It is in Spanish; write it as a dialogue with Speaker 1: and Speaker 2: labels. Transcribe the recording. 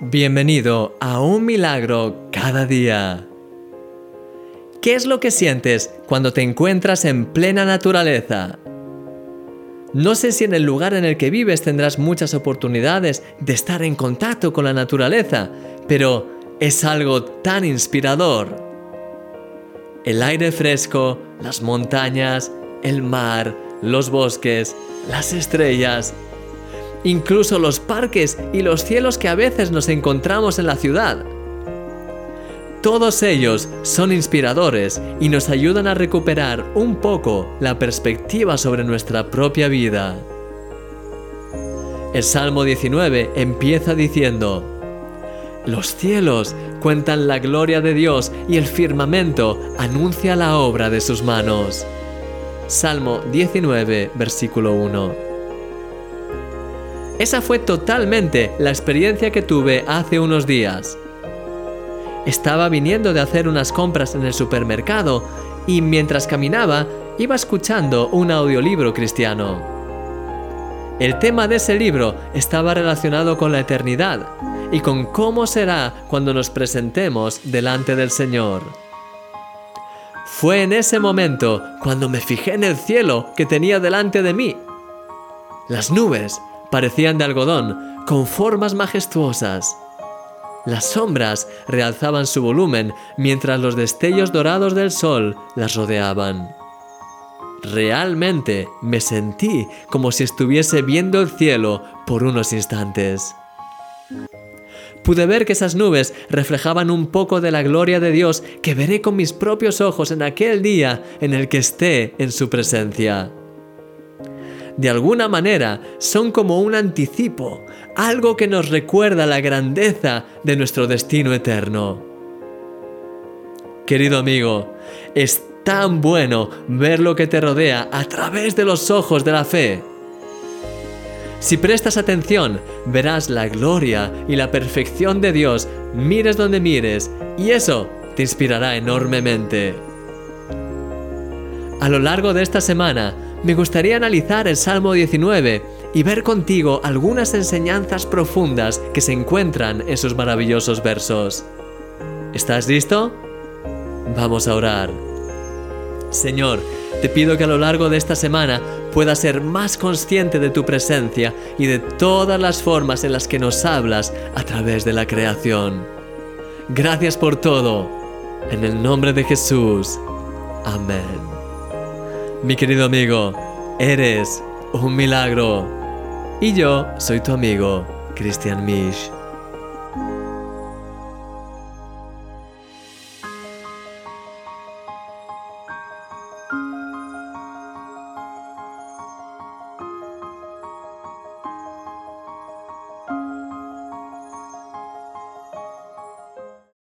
Speaker 1: Bienvenido a Un Milagro cada día. ¿Qué es lo que sientes cuando te encuentras en plena naturaleza? No sé si en el lugar en el que vives tendrás muchas oportunidades de estar en contacto con la naturaleza, pero es algo tan inspirador. El aire fresco, las montañas, el mar, los bosques, las estrellas, incluso los parques y los cielos que a veces nos encontramos en la ciudad. Todos ellos son inspiradores y nos ayudan a recuperar un poco la perspectiva sobre nuestra propia vida. El Salmo 19 empieza diciendo: los cielos cuentan la gloria de Dios y el firmamento anuncia la obra de sus manos. Salmo 19, versículo 1. Esa fue totalmente la experiencia que tuve hace unos días. Estaba viniendo de hacer unas compras en el supermercado y mientras caminaba iba escuchando un audiolibro cristiano. El tema de ese libro estaba relacionado con la eternidad y con cómo será cuando nos presentemos delante del Señor. Fue en ese momento cuando me fijé en el cielo que tenía delante de mí. Las nubes parecían de algodón, con formas majestuosas. Las sombras realzaban su volumen mientras los destellos dorados del sol las rodeaban. Realmente me sentí como si estuviese viendo el cielo por unos instantes. Pude ver que esas nubes reflejaban un poco de la gloria de Dios que veré con mis propios ojos en aquel día en el que esté en su presencia. De alguna manera, son como un anticipo, algo que nos recuerda la grandeza de nuestro destino eterno. Querido amigo, es tan bueno ver lo que te rodea a través de los ojos de la fe. Si prestas atención, verás la gloria y la perfección de Dios, mires donde mires, y eso te inspirará enormemente. A lo largo de esta semana, me gustaría analizar el Salmo 19 y ver contigo algunas enseñanzas profundas que se encuentran en sus maravillosos versos. ¿Estás listo? Vamos a orar. Señor, te pido que a lo largo de esta semana pueda ser más consciente de tu presencia y de todas las formas en las que nos hablas a través de la creación. Gracias por todo. En el nombre de Jesús. Amén. Mi querido amigo, eres un milagro. Y yo soy tu amigo, Cristian Misch.